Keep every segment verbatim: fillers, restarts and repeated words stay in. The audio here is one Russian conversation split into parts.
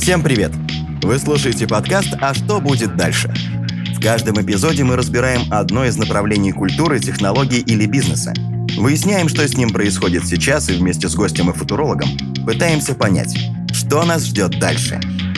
Всем привет! Вы слушаете подкаст «А что будет дальше?». В каждом эпизоде мы разбираем одно из направлений культуры, технологий или бизнеса. Выясняем, что с ним происходит сейчас, и вместе с гостем и футурологом пытаемся понять, что нас ждет дальше.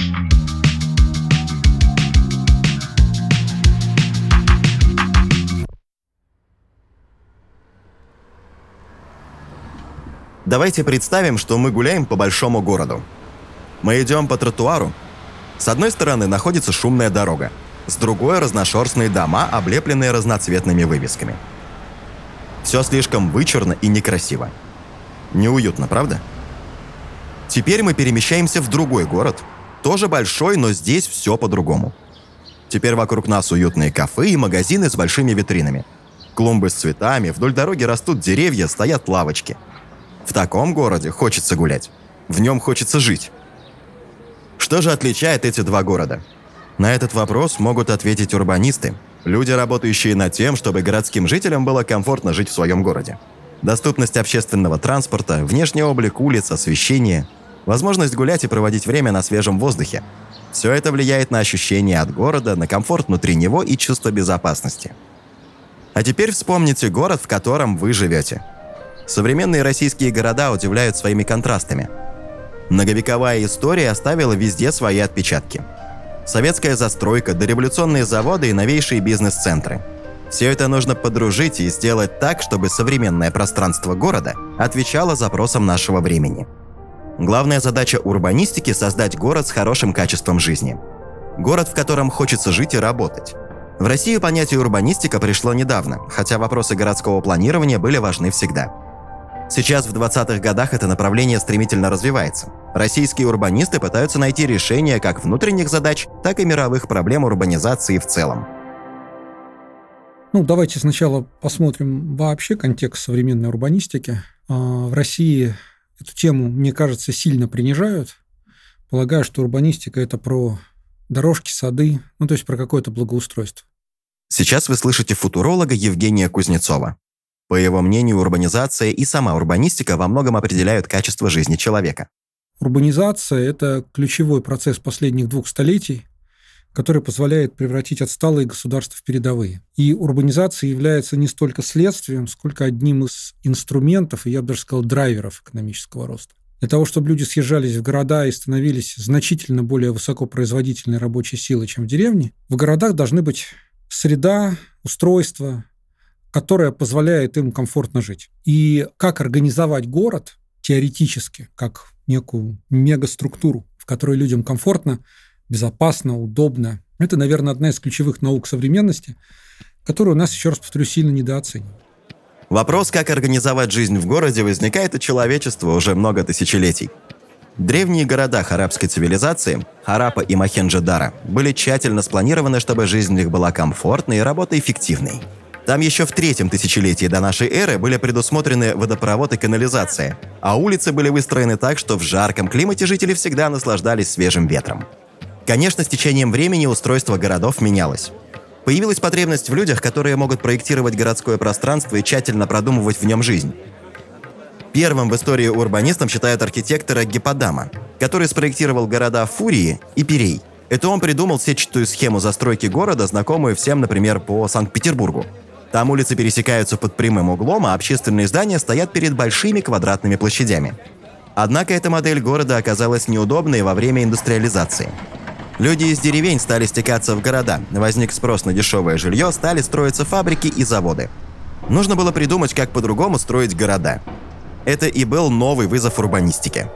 Давайте представим, что мы гуляем по большому городу. Мы идем по тротуару. С одной стороны находится шумная дорога, с другой — разношерстные дома, облепленные разноцветными вывесками. Все слишком вычурно и некрасиво. Неуютно, правда? Теперь мы перемещаемся в другой город, тоже большой, но здесь все по-другому. Теперь вокруг нас уютные кафе и магазины с большими витринами. Клумбы с цветами, вдоль дороги растут деревья, стоят лавочки. В таком городе хочется гулять. В нем хочется жить. Что же отличает эти два города? На этот вопрос могут ответить урбанисты, люди, работающие над тем, чтобы городским жителям было комфортно жить в своем городе. Доступность общественного транспорта, внешний облик улиц, освещение, возможность гулять и проводить время на свежем воздухе. Все это влияет на ощущение от города, на комфорт внутри него и чувство безопасности. А теперь вспомните город, в котором вы живете. Современные российские города удивляют своими контрастами. Многовековая история оставила везде свои отпечатки. Советская застройка, дореволюционные заводы и новейшие бизнес-центры. Все это нужно подружить и сделать так, чтобы современное пространство города отвечало запросам нашего времени. Главная задача урбанистики – создать город с хорошим качеством жизни. Город, в котором хочется жить и работать. В Россию понятие урбанистика пришло недавно, хотя вопросы городского планирования были важны всегда. Сейчас в двадцатых годах это направление стремительно развивается. Российские урбанисты пытаются найти решения как внутренних задач, так и мировых проблем урбанизации в целом. Ну, давайте сначала посмотрим вообще контекст современной урбанистики. В России эту тему, мне кажется, сильно принижают. Полагаю, что урбанистика – это про дорожки, сады, ну, то есть про какое-то благоустройство. Сейчас вы слышите футуролога Евгения Кузнецова. По его мнению, урбанизация и сама урбанистика во многом определяют качество жизни человека. Урбанизация – это ключевой процесс последних двух столетий, который позволяет превратить отсталые государства в передовые. И урбанизация является не столько следствием, сколько одним из инструментов, и я бы даже сказал, драйверов экономического роста. Для того, чтобы люди съезжались в города и становились значительно более высокопроизводительной рабочей силой, чем в деревне, в городах должны быть среда, устройство, которая позволяет им комфортно жить. И как организовать город теоретически, как некую мегаструктуру, в которой людям комфортно, безопасно, удобно. Это, наверное, одна из ключевых наук современности, которую у нас, еще раз повторю, сильно недооценивают. Вопрос, как организовать жизнь в городе, возникает у человечества уже много тысячелетий. Древние города харапской цивилизации, Хараппа и Мохенджо-Даро, были тщательно спланированы, чтобы жизнь в них была комфортной и работа эффективной. Там еще в третьем тысячелетии до нашей эры были предусмотрены водопровод и канализация, а улицы были выстроены так, что в жарком климате жители всегда наслаждались свежим ветром. Конечно, с течением времени устройство городов менялось. Появилась потребность в людях, которые могут проектировать городское пространство и тщательно продумывать в нем жизнь. Первым в истории урбанистом считают архитектора Гипподама, который спроектировал города Фурии и Пирей. Это он придумал сетчатую схему застройки города, знакомую всем, например, по Санкт-Петербургу. Там улицы пересекаются под прямым углом, а общественные здания стоят перед большими квадратными площадями. Однако эта модель города оказалась неудобной во время индустриализации. Люди из деревень стали стекаться в города, возник спрос на дешевое жилье, стали строиться фабрики и заводы. Нужно было придумать, как по-другому строить города. Это и был новый вызов урбанистике.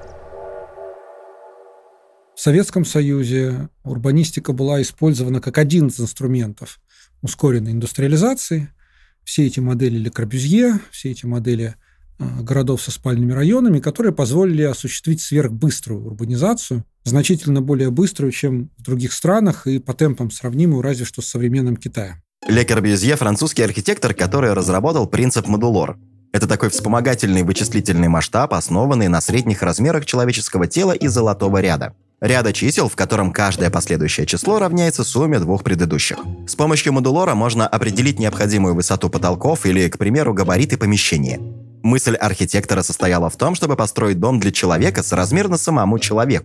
В Советском Союзе урбанистика была использована как один из инструментов ускоренной индустриализации. Все эти модели Ле Корбюзье, все эти модели э, городов со спальными районами, которые позволили осуществить сверхбыструю урбанизацию, значительно более быструю, чем в других странах, и по темпам сравнимую разве что с современным Китаем. Ле Корбюзье – французский архитектор, который разработал принцип модулор. Это такой вспомогательный вычислительный масштаб, основанный на средних размерах человеческого тела и золотого ряда. Ряда чисел, в котором каждое последующее число равняется сумме двух предыдущих. С помощью модулора можно определить необходимую высоту потолков или, к примеру, габариты помещения. Мысль архитектора состояла в том, чтобы построить дом для человека соразмерно самому человеку.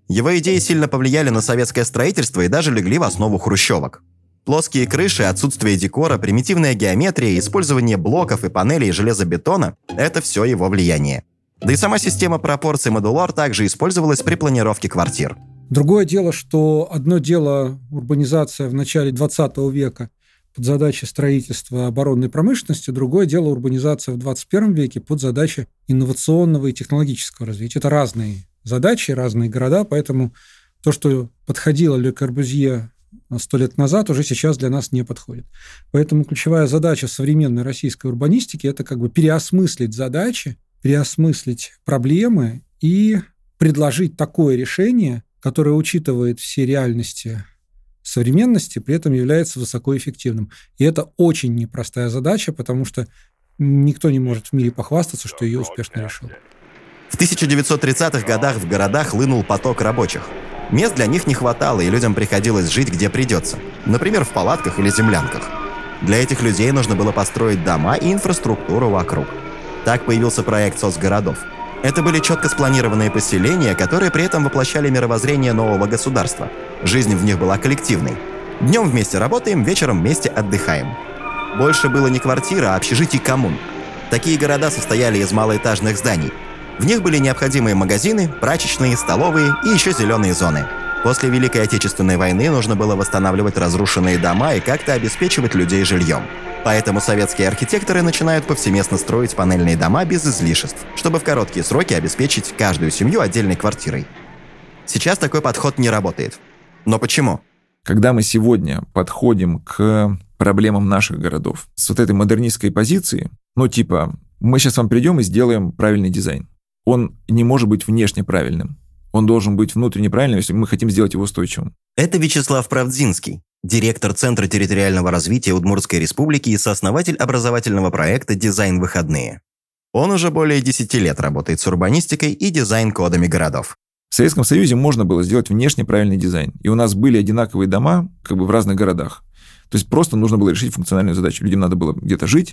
Его идеи сильно повлияли на советское строительство и даже легли в основу хрущевок. Плоские крыши, отсутствие декора, примитивная геометрия, использование блоков и панелей железобетона – это все его влияние. Да и сама система пропорций модулар также использовалась при планировке квартир. Другое дело, что одно дело урбанизация в начале двадцатого века под задачей строительства оборонной промышленности, другое дело урбанизация в двадцать первом веке под задачей инновационного и технологического развития. Это разные задачи, разные города, поэтому то, что подходило Ле Корбюзье сто лет назад, уже сейчас для нас не подходит. Поэтому ключевая задача современной российской урбанистики – это как бы переосмыслить задачи, переосмыслить проблемы и предложить такое решение, которое учитывает все реальности современности, при этом является высокоэффективным. И это очень непростая задача, потому что никто не может в мире похвастаться, что ее успешно решил. В тысяча девятьсот тридцатых годах в городах хлынул поток рабочих. Мест для них не хватало, и людям приходилось жить где придется. Например, в палатках или землянках. Для этих людей нужно было построить дома и инфраструктуру вокруг. Так появился проект соцгородов. Это были четко спланированные поселения, которые при этом воплощали мировоззрение нового государства. Жизнь в них была коллективной. Днем вместе работаем, вечером вместе отдыхаем. Больше было не квартира, а общежитий коммун. Такие города состояли из малоэтажных зданий. В них были необходимые магазины, прачечные, столовые и еще зеленые зоны. После Великой Отечественной войны нужно было восстанавливать разрушенные дома и как-то обеспечивать людей жильем. Поэтому советские архитекторы начинают повсеместно строить панельные дома без излишеств, чтобы в короткие сроки обеспечить каждую семью отдельной квартирой. Сейчас такой подход не работает. Но почему? Когда мы сегодня подходим к проблемам наших городов с вот этой модернистской позиции, ну типа, мы сейчас вам придем и сделаем правильный дизайн. Он не может быть внешне правильным. Он должен быть внутренне правильным, если мы хотим сделать его устойчивым. Это Вячеслав Правдзинский, директор Центра территориального развития Удмуртской республики и сооснователь образовательного проекта «Дизайн выходные». Он уже более десяти лет работает с урбанистикой и дизайн-кодами городов. В Советском Союзе можно было сделать внешне правильный дизайн. И у нас были одинаковые дома как бы в разных городах. То есть просто нужно было решить функциональную задачу. Людям надо было где-то жить.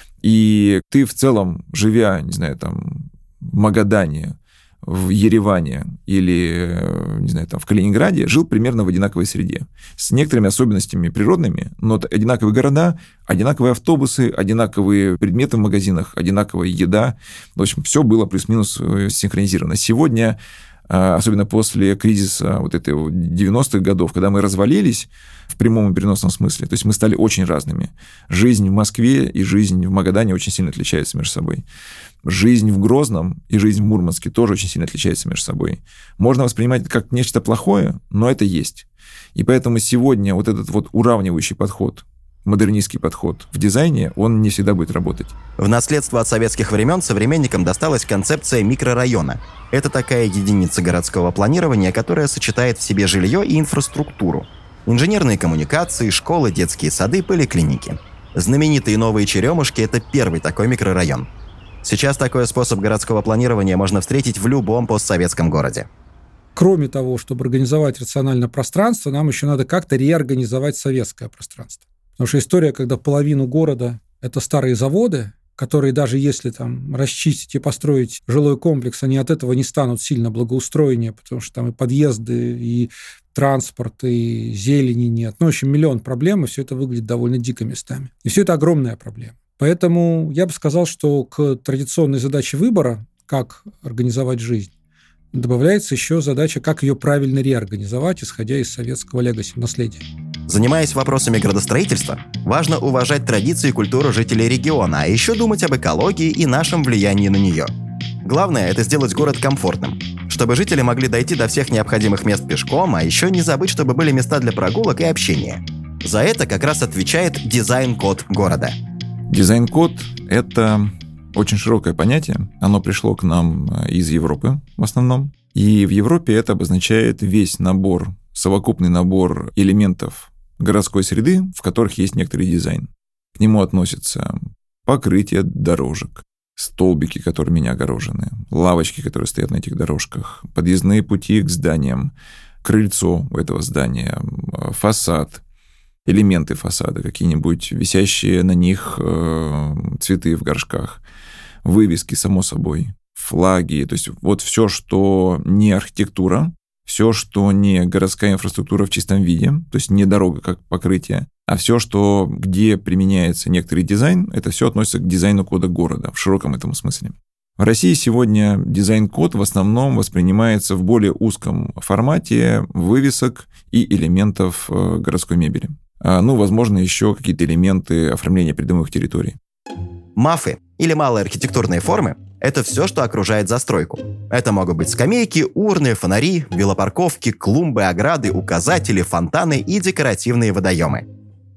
И ты в целом, живя, не знаю, там, в Магадане, в Ереване или, не знаю, там, в Калининграде, жил примерно в одинаковой среде. С некоторыми особенностями природными, но одинаковые города, одинаковые автобусы, одинаковые предметы в магазинах, одинаковая еда. В общем, все было плюс-минус синхронизировано. Сегодня, особенно после кризиса вот этого девяностых годов, когда мы развалились в прямом и переносном смысле, то есть мы стали очень разными. Жизнь в Москве и жизнь в Магадане очень сильно отличаются между собой. Жизнь в Грозном и жизнь в Мурманске тоже очень сильно отличаются между собой. Можно воспринимать это как нечто плохое, но это есть. И поэтому сегодня вот этот вот уравнивающий подход, модернистский подход в дизайне, он не всегда будет работать. В наследство от советских времен современникам досталась концепция микрорайона. Это такая единица городского планирования, которая сочетает в себе жилье и инфраструктуру. Инженерные коммуникации, школы, детские сады, поликлиники. Знаменитые Новые Черемушки – это первый такой микрорайон. Сейчас такой способ городского планирования можно встретить в любом постсоветском городе. Кроме того, чтобы организовать рационально пространство, нам еще надо как-то реорганизовать советское пространство. Потому что история, когда половину города – это старые заводы, которые даже если там расчистить и построить жилой комплекс, они от этого не станут сильно благоустроеннее, потому что там и подъезды, и транспорт, и зелени нет. Ну, в общем, миллион проблем, и все это выглядит довольно дико местами. И все это огромная проблема. Поэтому я бы сказал, что к традиционной задаче выбора, как организовать жизнь, добавляется еще задача, как ее правильно реорганизовать, исходя из советского легаси, наследия. Занимаясь вопросами градостроительства, важно уважать традиции и культуру жителей региона, а еще думать об экологии и нашем влиянии на нее. Главное – это сделать город комфортным, чтобы жители могли дойти до всех необходимых мест пешком, а еще не забыть, чтобы были места для прогулок и общения. За это как раз отвечает дизайн-код города. Дизайн-код – это очень широкое понятие. Оно пришло к нам из Европы в основном. И в Европе это обозначает весь набор, совокупный набор элементов городской среды, в которых есть некоторый дизайн. К нему относятся покрытие дорожек, столбики, которыми огорожены, лавочки, которые стоят на этих дорожках, подъездные пути к зданиям, крыльцо у этого здания, фасад, элементы фасада, какие-нибудь висящие на них э, цветы в горшках, вывески, само собой, флаги. То есть вот все, что не архитектура, все, что не городская инфраструктура в чистом виде, то есть не дорога как покрытие, а все, что где применяется некоторый дизайн, это все относится к дизайну кода города в широком этом смысле. В России сегодня дизайн-код в основном воспринимается в более узком формате вывесок и элементов городской мебели. Ну, возможно, еще какие-то элементы оформления придомовых территорий. МАФы, или малые архитектурные формы, это все, что окружает застройку. Это могут быть скамейки, урны, фонари, велопарковки, клумбы, ограды, указатели, фонтаны и декоративные водоемы.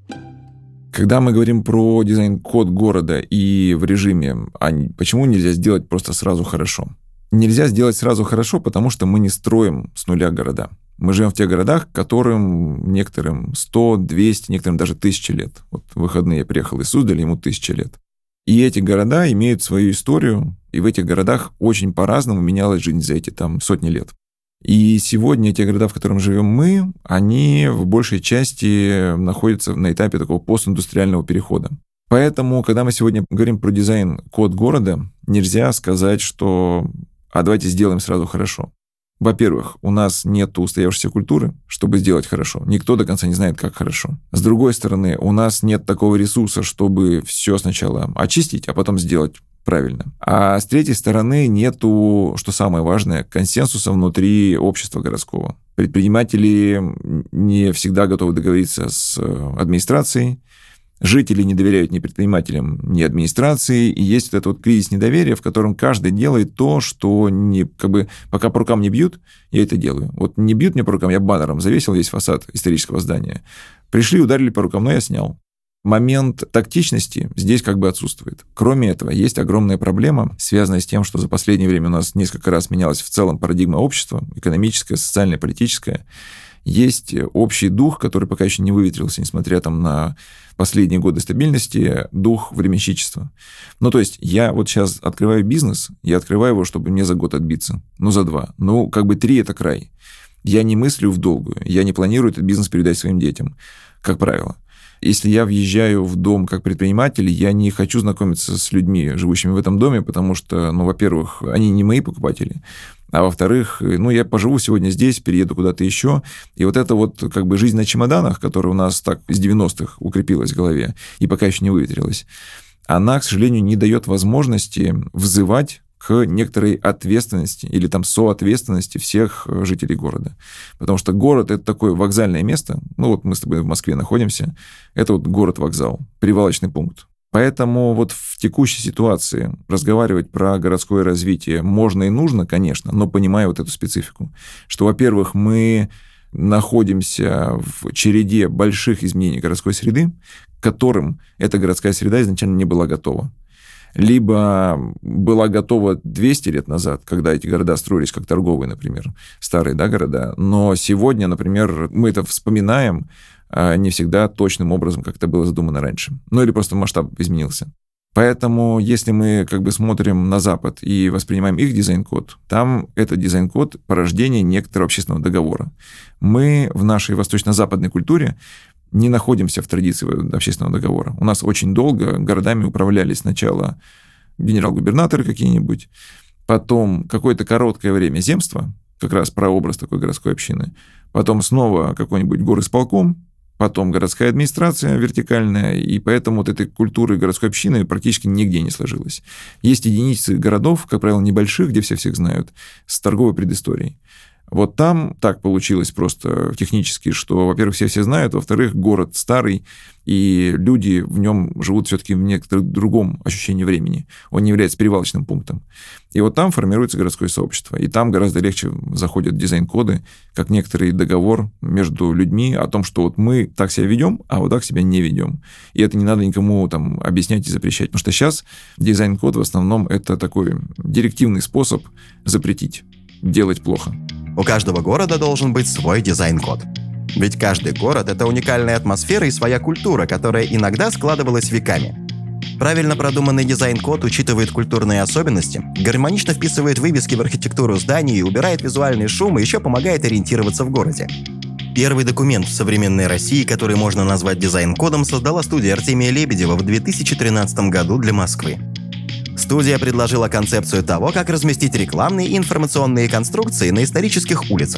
Когда мы говорим про дизайн-код города и в режиме, а почему нельзя сделать просто сразу хорошо? Нельзя сделать сразу хорошо, потому что мы не строим с нуля города. Мы живем в тех городах, которым некоторым сто, двести, некоторым даже тысячи лет. Вот в выходные я приехал из Суздаля, ему тысяча лет. И эти города имеют свою историю, и в этих городах очень по-разному менялась жизнь за эти там сотни лет. И сегодня те города, в которых живем мы, они в большей части находятся на этапе такого постиндустриального перехода. Поэтому, когда мы сегодня говорим про дизайн-код города, нельзя сказать, что «а давайте сделаем сразу хорошо». Во-первых, у нас нет устоявшейся культуры, чтобы сделать хорошо. Никто до конца не знает, как хорошо. С другой стороны, у нас нет такого ресурса, чтобы все сначала очистить, а потом сделать правильно. А с третьей стороны, нету, что самое важное, консенсуса внутри общества городского. Предприниматели не всегда готовы договориться с администрацией, жители не доверяют ни предпринимателям, ни администрации, и есть вот этот вот кризис недоверия, в котором каждый делает то, что не, как бы, пока по рукам не бьют, я это делаю. Вот не бьют мне по рукам, я баннером завесил весь фасад исторического здания. Пришли, ударили по рукам, но я снял. Момент тактичности здесь как бы отсутствует. Кроме этого, есть огромная проблема, связанная с тем, что за последнее время у нас несколько раз менялась в целом парадигма общества, экономическая, социальная, политическая. Есть общий дух, который пока еще не выветрился, несмотря там на последние годы стабильности, дух временщичества. Ну, то есть я вот сейчас открываю бизнес, я открываю его, чтобы мне за год отбиться, ну, за два. Ну, как бы три – это край. Я не мыслю в долгую, я не планирую этот бизнес передать своим детям, как правило. Если я въезжаю в дом как предприниматель, я не хочу знакомиться с людьми, живущими в этом доме, потому что, ну, во-первых, они не мои покупатели, а во-вторых, ну, я поживу сегодня здесь, перееду куда-то еще, и вот эта вот как бы жизнь на чемоданах, которая у нас так с девяностых укрепилась в голове и пока еще не выветрилась, она, к сожалению, не дает возможности взывать к некоторой ответственности или там соответственности всех жителей города. Потому что город – это такое вокзальное место. Ну, вот мы с тобой в Москве находимся. Это вот город-вокзал, перевалочный пункт. Поэтому вот в текущей ситуации разговаривать про городское развитие можно и нужно, конечно, но понимая вот эту специфику, что, во-первых, мы находимся в череде больших изменений городской среды, к которым эта городская среда изначально не была готова. Либо была готова двести лет назад, когда эти города строились как торговые, например, старые, да, города, но сегодня, например, мы это вспоминаем не всегда точным образом, как это было задумано раньше. Ну, или просто масштаб изменился. Поэтому, если мы как бы смотрим на Запад и воспринимаем их дизайн-код, там это дизайн-код порождения некоторого общественного договора. Мы в нашей восточно-западной культуре не находимся в традиции общественного договора. У нас очень долго городами управляли сначала генерал-губернаторы какие-нибудь, потом какое-то короткое время земство, как раз прообраз такой городской общины, потом снова какой-нибудь горисполком, потом городская администрация вертикальная, и поэтому вот этой культуры городской общины практически нигде не сложилось. Есть единицы городов, как правило, небольших, где все всех знают, с торговой предысторией. Вот там так получилось просто технически, что, во-первых, все все знают, во-вторых, город старый, и люди в нем живут все-таки в некотором другом ощущении времени. Он не является перевалочным пунктом. И вот там формируется городское сообщество. И там гораздо легче заходят дизайн-коды, как некоторый договор между людьми о том, что вот мы так себя ведем, а вот так себя не ведем. И это не надо никому там объяснять и запрещать. Потому что сейчас дизайн-код в основном это такой директивный способ запретить делать плохо. У каждого города должен быть свой дизайн-код. Ведь каждый город – это уникальная атмосфера и своя культура, которая иногда складывалась веками. Правильно продуманный дизайн-код учитывает культурные особенности, гармонично вписывает вывески в архитектуру зданий, убирает визуальный шум и еще помогает ориентироваться в городе. Первый документ в современной России, который можно назвать дизайн-кодом, создала студия Артемия Лебедева в две тысячи тринадцатом году для Москвы. Студия предложила концепцию того, как разместить рекламные и информационные конструкции на исторических улицах.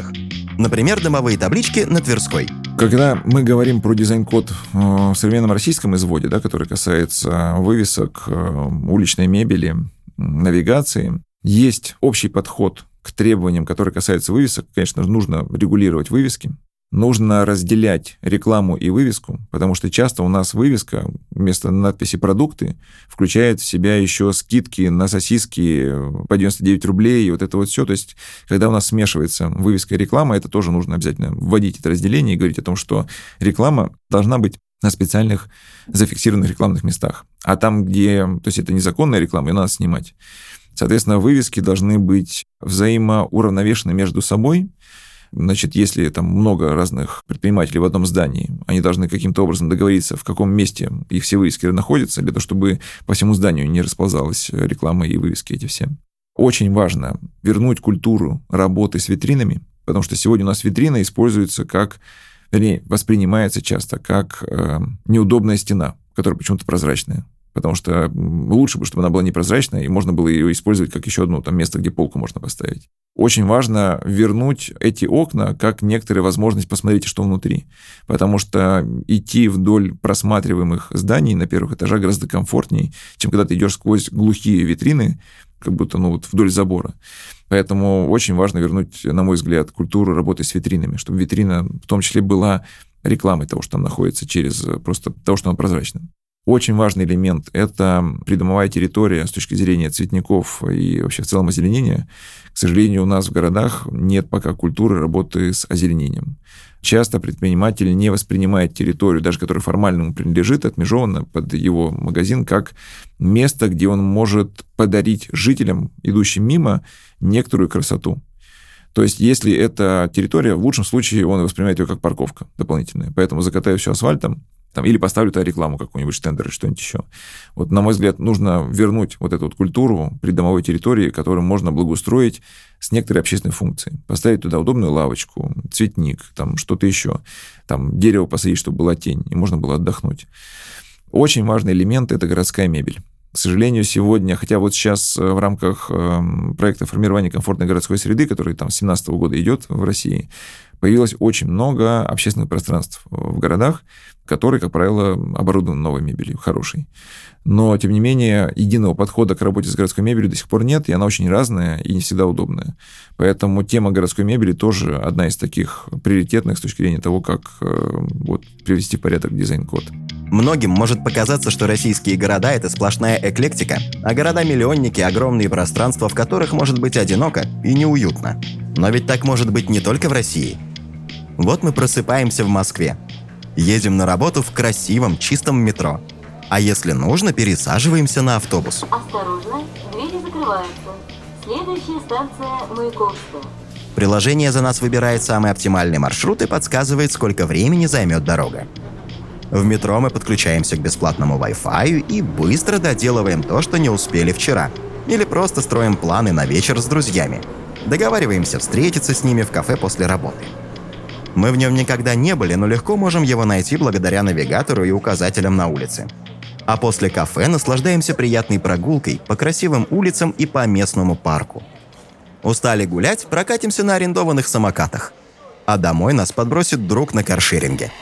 Например, домовые таблички на Тверской. Когда мы говорим про дизайн-код в современном российском изводе, да, который касается вывесок, уличной мебели, навигации, есть общий подход к требованиям, которые касаются вывесок. Конечно, нужно регулировать вывески. Нужно разделять рекламу и вывеску, потому что часто у нас вывеска вместо надписи «продукты» включает в себя еще скидки на сосиски по девяносто девять рублей, и вот это вот все. То есть, когда у нас смешивается вывеска и реклама, это тоже нужно обязательно вводить это разделение и говорить о том, что реклама должна быть на специальных зафиксированных рекламных местах. А там, где... То есть, это незаконная реклама, ее надо снимать. Соответственно, вывески должны быть взаимоуравновешены между собой. Значит, если там много разных предпринимателей в одном здании, они должны каким-то образом договориться, в каком месте их все вывески находятся, для того, чтобы по всему зданию не расползалась реклама и вывески эти все. Очень важно вернуть культуру работы с витринами, потому что сегодня у нас витрина используется как, вернее, воспринимается часто как э, неудобная стена, которая почему-то прозрачная. Потому что лучше бы, чтобы она была непрозрачная, и можно было ее использовать как еще одно там, место, где полку можно поставить. Очень важно вернуть эти окна как некоторая возможность посмотреть, что внутри. Потому что идти вдоль просматриваемых зданий на первых этажах гораздо комфортнее, чем когда ты идешь сквозь глухие витрины, как будто ну, вот вдоль забора. Поэтому очень важно вернуть, на мой взгляд, культуру работы с витринами, чтобы витрина в том числе была рекламой того, что там находится, через просто того, что она прозрачна. Очень важный элемент – это придомовая территория с точки зрения цветников и вообще в целом озеленения. К сожалению, у нас в городах нет пока культуры работы с озеленением. Часто предприниматель не воспринимает территорию, даже которая формально ему принадлежит, отмежована под его магазин, как место, где он может подарить жителям, идущим мимо, некоторую красоту. То есть, если эта территория, в лучшем случае он воспринимает ее как парковка дополнительная. Поэтому закатаю все асфальтом, там, или поставлю туда рекламу какую-нибудь, штендер или что-нибудь еще. Вот, на мой взгляд, нужно вернуть вот эту вот культуру придомовой территории, которую можно благоустроить с некоторой общественной функцией. Поставить туда удобную лавочку, цветник, там, что-то еще. Там, дерево посадить, чтобы была тень, и можно было отдохнуть. Очень важный элемент – это городская мебель. К сожалению, сегодня, хотя вот сейчас в рамках проекта формирования комфортной городской среды, который там с две тысячи семнадцатого года идет в России, появилось очень много общественных пространств в городах, которые, как правило, оборудованы новой мебелью, хорошей. Но, тем не менее, единого подхода к работе с городской мебелью до сих пор нет, и она очень разная и не всегда удобная. Поэтому тема городской мебели тоже одна из таких приоритетных с точки зрения того, как вот, привести в порядок дизайн-код. Многим может показаться, что российские города – это сплошная эклектика, а города-миллионники – огромные пространства, в которых может быть одиноко и неуютно. Но ведь так может быть не только в России. Вот мы просыпаемся в Москве, едем на работу в красивом, чистом метро. А если нужно, пересаживаемся на автобус. Осторожно, двери закрываются. Следующая станция Маяковская. Приложение за нас выбирает самый оптимальный маршрут и подсказывает, сколько времени займет дорога. В метро мы подключаемся к бесплатному Wi-Fi и быстро доделываем то, что не успели вчера. Или просто строим планы на вечер с друзьями. Договариваемся встретиться с ними в кафе после работы. Мы в нем никогда не были, но легко можем его найти благодаря навигатору и указателям на улице. А после кафе наслаждаемся приятной прогулкой по красивым улицам и по местному парку. Устали гулять, прокатимся на арендованных самокатах. А домой нас подбросит друг на каршеринге.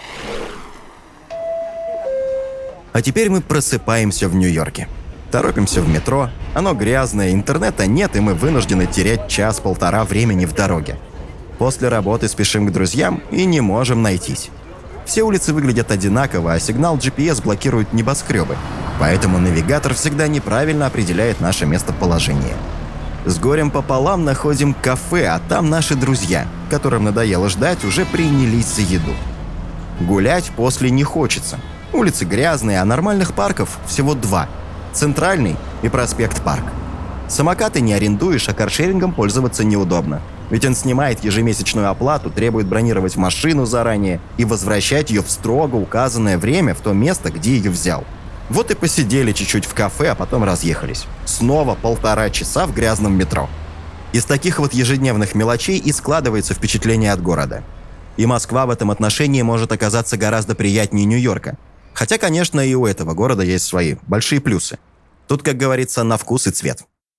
А теперь мы просыпаемся в Нью-Йорке. Торопимся в метро, оно грязное, интернета нет, и мы вынуждены терять час-полтора времени в дороге. После работы спешим к друзьям и не можем найтись. Все улицы выглядят одинаково, а сигнал джи пи эс блокирует небоскребы, поэтому навигатор всегда неправильно определяет наше местоположение. С горем пополам находим кафе, а там наши друзья, которым надоело ждать, уже принялись за еду. Гулять после не хочется. Улицы грязные, а нормальных парков всего два. Центральный и проспект Парк. Самокаты не арендуешь, а каршерингом пользоваться неудобно. Ведь он снимает ежемесячную оплату, требует бронировать машину заранее и возвращать ее в строго указанное время в то место, где ее взял. Вот и посидели чуть-чуть в кафе, а потом разъехались. Снова полтора часа в грязном метро. Из таких вот ежедневных мелочей и складывается впечатление от города. И Москва в этом отношении может оказаться гораздо приятнее Нью-Йорка. Хотя, конечно, и у этого города есть свои большие плюсы. Тут, как говорится, на вкус и цвет.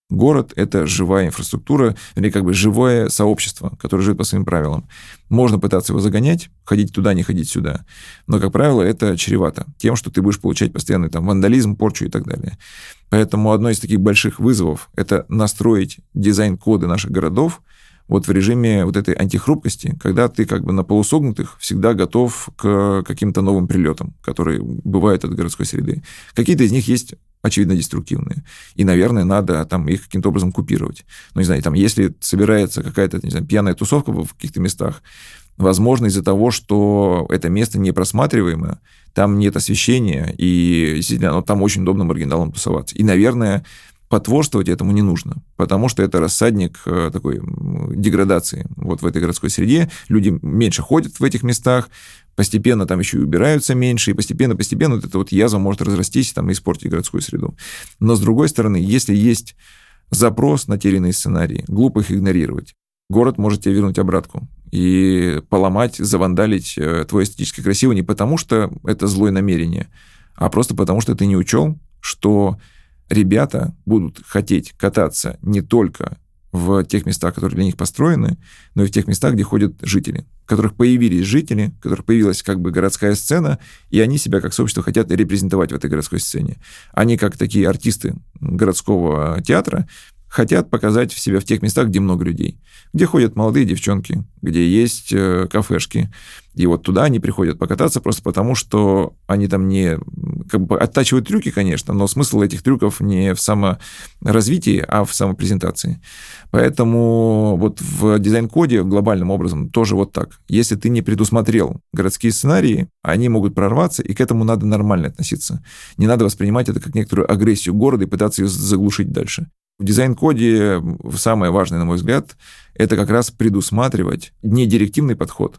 Город – это живая инфраструктура, или как бы живое сообщество, которое живет по своим правилам. Можно пытаться его загонять, ходить туда, не ходить сюда, но, как правило, это чревато тем, что ты будешь получать постоянный там, вандализм, порчу и так далее. Поэтому одно из таких больших вызовов – это настроить дизайн-коды наших городов вот в режиме вот этой антихрупкости, когда ты как бы на полусогнутых всегда готов к каким-то новым прилетам, которые бывают от городской среды. Какие-то из них есть очевидно деструктивные. И, наверное, надо там их каким-то образом купировать. Ну, не знаю, там, если собирается какая-то, не знаю, пьяная тусовка в каких-то местах, возможно, из-за того, что это место непросматриваемое, там нет освещения, и действительно, ну, там очень удобно маргиналам тусоваться. И, наверное, потворствовать этому не нужно, потому что это рассадник такой деградации вот в этой городской среде. Люди меньше ходят в этих местах, постепенно там еще и убираются меньше, и постепенно-постепенно вот эта вот язва может разрастись там, и испортить городскую среду. Но, с другой стороны, если есть запрос на те или иные сценарии, глупо их игнорировать. Город может тебе вернуть обратку и поломать, завандалить твой эстетически красиво не потому, что это злое намерение, а просто потому, что ты не учел, что ребята будут хотеть кататься не только в тех местах, которые для них построены, но и в тех местах, где ходят жители, у которых появились жители, у которых появилась как бы городская сцена, и они себя как сообщество хотят репрезентовать в этой городской сцене. Они, как такие артисты городского театра, хотят показать себя в тех местах, где много людей, где ходят молодые девчонки, где есть кафешки. И вот туда они приходят покататься просто потому, что они там не... Как бы оттачивают трюки, конечно, но смысл этих трюков не в саморазвитии, а в самопрезентации. Поэтому вот в дизайн-коде глобальным образом тоже вот так. Если ты не предусмотрел городские сценарии, они могут прорваться, и к этому надо нормально относиться. Не надо воспринимать это как некоторую агрессию города и пытаться ее заглушить дальше. В дизайн-коде самое важное, на мой взгляд, это как раз предусматривать не директивный подход,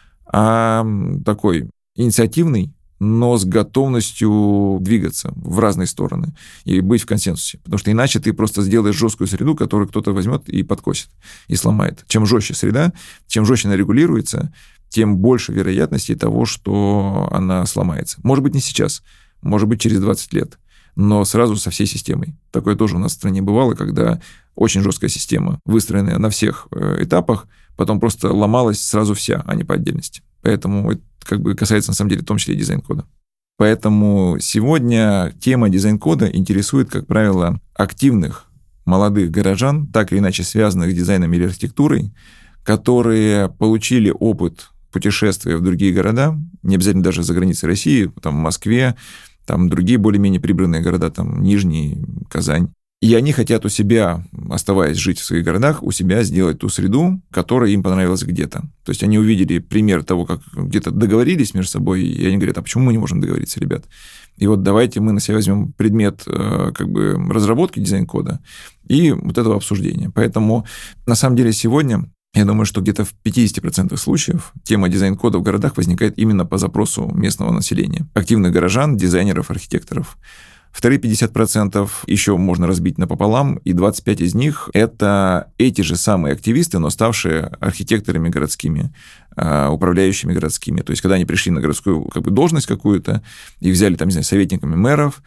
а такой инициативный, но с готовностью двигаться в разные стороны и быть в консенсусе. Потому что иначе ты просто сделаешь жесткую среду, которую кто-то возьмет и подкосит, и сломает. Чем жестче среда, чем жестче она регулируется, тем больше вероятностей того, что она сломается. Может быть, не сейчас, может быть, через двадцать лет. Но сразу со всей системой. Такое тоже у нас в стране бывало, когда очень жесткая система, выстроенная на всех этапах, потом просто ломалась сразу вся, а не по отдельности. Поэтому это как бы касается, на самом деле, в том числе и дизайн-кода. Поэтому сегодня тема дизайн-кода интересует, как правило, активных молодых горожан, так или иначе связанных с дизайном или архитектурой, которые получили опыт путешествия в другие города, не обязательно даже за границей России, там, в Москве, там другие более-менее прибранные города, там Нижний, Казань. И они хотят у себя, оставаясь жить в своих городах, у себя сделать ту среду, которая им понравилась где-то. То есть они увидели пример того, как где-то договорились между собой, и они говорят, а почему мы не можем договориться, ребят? И вот давайте мы на себя возьмем предмет как бы разработки дизайн-кода и вот этого обсуждения. Поэтому на самом деле сегодня... Я думаю, что где-то в пятьдесят процентов случаев тема дизайн-кода в городах возникает именно по запросу местного населения. Активных горожан, дизайнеров, архитекторов. Вторые пятьдесят процентов еще можно разбить напополам, и двадцать пять из них – это эти же самые активисты, но ставшие архитекторами городскими, управляющими городскими. То есть, когда они пришли на городскую как бы, должность какую-то и взяли, там, не знаю, советниками мэров,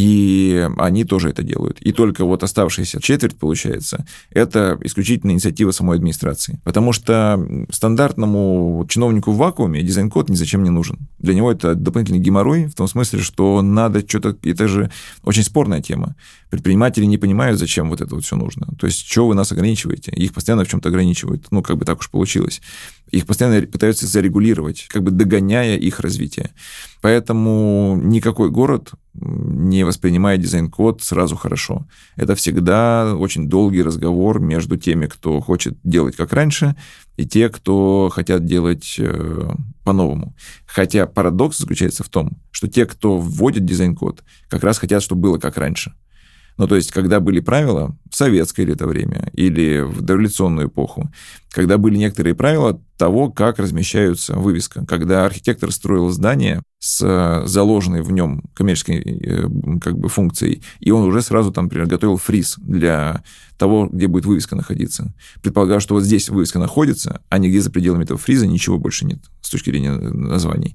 и они тоже это делают. И только вот оставшаяся четверть, получается, это исключительно инициатива самой администрации. Потому что стандартному чиновнику в вакууме дизайн-код ни зачем не нужен. Для него это дополнительный геморрой, в том смысле, что надо что-то... Это же очень спорная тема. Предприниматели не понимают, зачем вот это вот все нужно. То есть, что вы нас ограничиваете? Их постоянно в чем-то ограничивают. Ну, как бы так уж получилось. Их постоянно пытаются зарегулировать, как бы догоняя их развитие. Поэтому никакой город не воспринимает дизайн-код сразу хорошо. Это всегда очень долгий разговор между теми, кто хочет делать как раньше, и те, кто хотят делать э, по-новому. Хотя парадокс заключается в том, что те, кто вводит дизайн-код, как раз хотят, чтобы было как раньше. Ну, то есть, когда были правила в советское ли это время или в дореволюционную эпоху, когда были некоторые правила того, как размещаются вывеска, когда архитектор строил здание с заложенной в нем коммерческой как бы, функцией, и он уже сразу там, например, готовил фриз для того, где будет вывеска находиться. Предполагаю, что вот здесь вывеска находится, а нигде за пределами этого фриза ничего больше нет с точки зрения названий.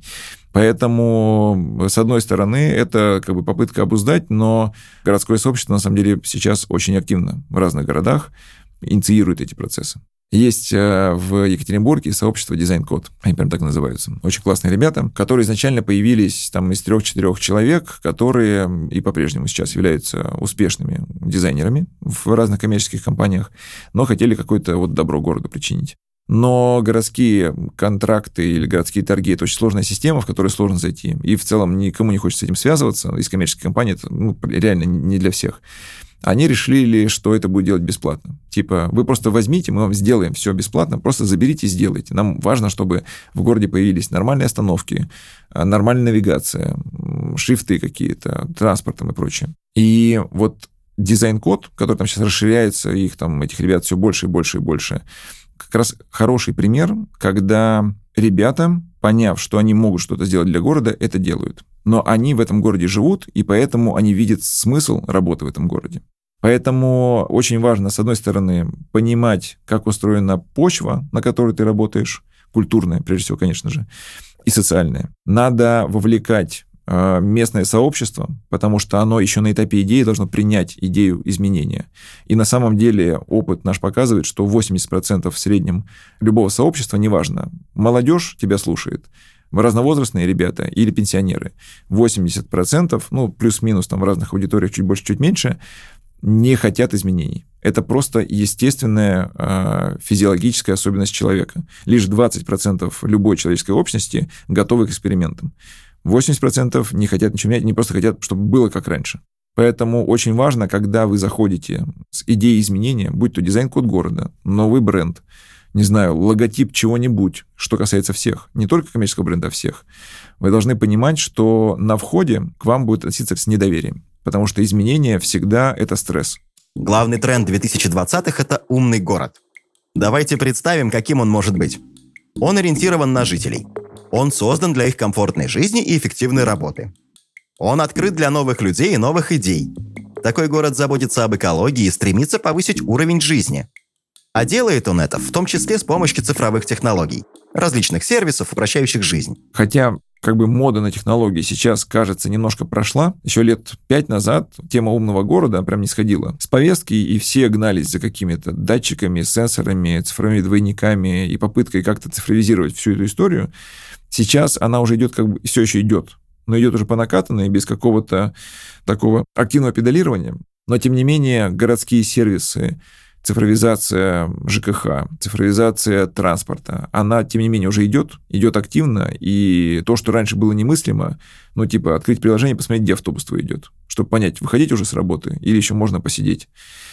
Поэтому, с одной стороны, это как бы попытка обуздать, но городское сообщество, на самом деле, сейчас очень активно активно в разных городах инициируют эти процессы. Есть в Екатеринбурге сообщество «Дизайн-код». Они прям так называются. Очень классные ребята, которые изначально появились там из трех-четырех человек, которые и по-прежнему сейчас являются успешными дизайнерами в разных коммерческих компаниях, но хотели какое-то вот добро городу причинить. Но городские контракты или городские торги – это очень сложная система, в которую сложно зайти. И в целом никому не хочется с этим связываться. Из коммерческих компаний это ну, реально не для всех. Они решили, что это будет делать бесплатно. Типа, вы просто возьмите, мы вам сделаем все бесплатно, просто заберите и сделайте. Нам важно, чтобы в городе появились нормальные остановки, нормальная навигация, шрифты какие-то, транспортом и прочее. И вот дизайн-код, который там сейчас расширяется, их там, этих ребят все больше и больше и больше, как раз хороший пример, когда ребята, поняв, что они могут что-то сделать для города, это делают. Но они в этом городе живут, и поэтому они видят смысл работы в этом городе. Поэтому очень важно, с одной стороны, понимать, как устроена почва, на которой ты работаешь, культурная, прежде всего, конечно же, и социальная. Надо вовлекать э, местное сообщество, потому что оно еще на этапе идеи должно принять идею изменения. И на самом деле опыт наш показывает, что восемьдесят процентов в среднем любого сообщества, неважно, молодежь тебя слушает, разновозрастные ребята или пенсионеры, восемьдесят процентов, ну, плюс-минус там в разных аудиториях чуть больше, чуть меньше, не хотят изменений. Это просто естественная э, физиологическая особенность человека. Лишь двадцать процентов любой человеческой общности готовы к экспериментам. восемьдесят процентов не хотят ничего менять, они просто хотят, чтобы было как раньше. Поэтому очень важно, когда вы заходите с идеей изменения, будь то дизайн-код города, новый бренд, не знаю, логотип чего-нибудь, что касается всех, не только коммерческого бренда, а всех, вы должны понимать, что на входе к вам будет относиться с недоверием, потому что изменения всегда это стресс. Главный тренд две тысячи двадцатых – это умный город. Давайте представим, каким он может быть. Он ориентирован на жителей. Он создан для их комфортной жизни и эффективной работы. Он открыт для новых людей и новых идей. Такой город заботится об экологии и стремится повысить уровень жизни. А делает он это в том числе с помощью цифровых технологий, различных сервисов, упрощающих жизнь. Хотя как бы мода на технологии сейчас, кажется, немножко прошла. Еще лет пять назад тема умного города прям не сходила с повестки, и все гнались за какими-то датчиками, сенсорами, цифровыми двойниками и попыткой как-то цифровизировать всю эту историю. Сейчас она уже идет, как бы все еще идет, но идет уже по накатанной, без какого-то такого активного педалирования. Но, тем не менее, городские сервисы, цифровизация ЖКХ, цифровизация транспорта, она, тем не менее, уже идет, идет активно, и то, что раньше было немыслимо, ну, типа, открыть приложение, посмотреть, где автобус твой идет, чтобы понять, выходить уже с работы, или еще можно посидеть,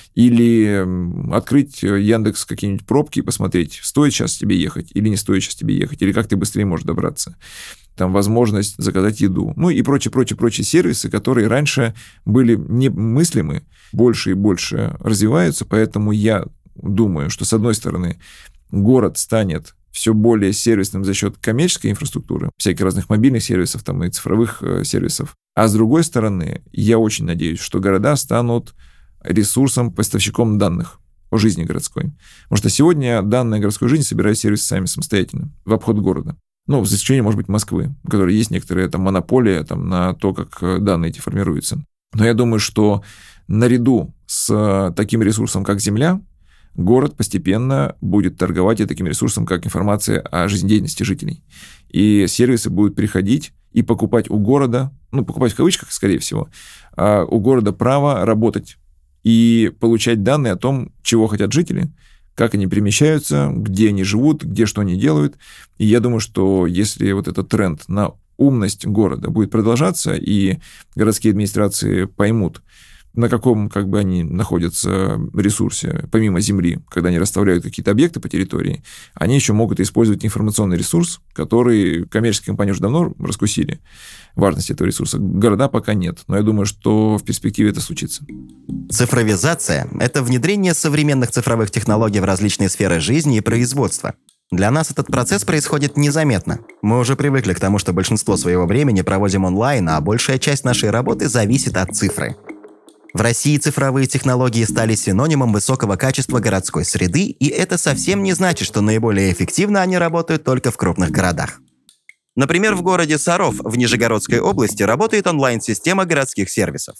или открыть Яндекс какие-нибудь пробки и посмотреть, стоит сейчас тебе ехать, или не стоит сейчас тебе ехать, или как ты быстрее можешь добраться. Там возможность заказать еду, ну и прочие-прочие-прочие сервисы, которые раньше были немыслимы, больше и больше развиваются, поэтому я думаю, что, с одной стороны, город станет все более сервисным за счет коммерческой инфраструктуры, всяких разных мобильных сервисов там, и цифровых э, сервисов, а с другой стороны, я очень надеюсь, что города станут ресурсом, поставщиком данных о жизни городской. Потому что сегодня данные городской жизни собирают сервисы сами самостоятельно, в обход города. Ну, за исключением, может быть, Москвы, у которой есть некоторая там монополия там, на то, как данные эти формируются. Но я думаю, что наряду с таким ресурсом, как земля, город постепенно будет торговать и таким ресурсом, как информация о жизнедеятельности жителей. И сервисы будут приходить и покупать у города, ну, покупать в кавычках, скорее всего, а у города право работать и получать данные о том, чего хотят жители, как они перемещаются, где они живут, где что они делают. И я думаю, что если вот этот тренд на умность города будет продолжаться, и городские администрации поймут, на каком как бы они находятся ресурсе, помимо земли, когда они расставляют какие-то объекты по территории, они еще могут использовать информационный ресурс, который коммерческие компании уже давно раскусили. Важность этого ресурса. Города пока нет, но я думаю, что в перспективе это случится. Цифровизация – это внедрение современных цифровых технологий в различные сферы жизни и производства. Для нас этот процесс происходит незаметно. Мы уже привыкли к тому, что большинство своего времени проводим онлайн, а большая часть нашей работы зависит от цифры. В России цифровые технологии стали синонимом высокого качества городской среды, и это совсем не значит, что наиболее эффективно они работают только в крупных городах. Например, в городе Саров в Нижегородской области работает онлайн-система городских сервисов.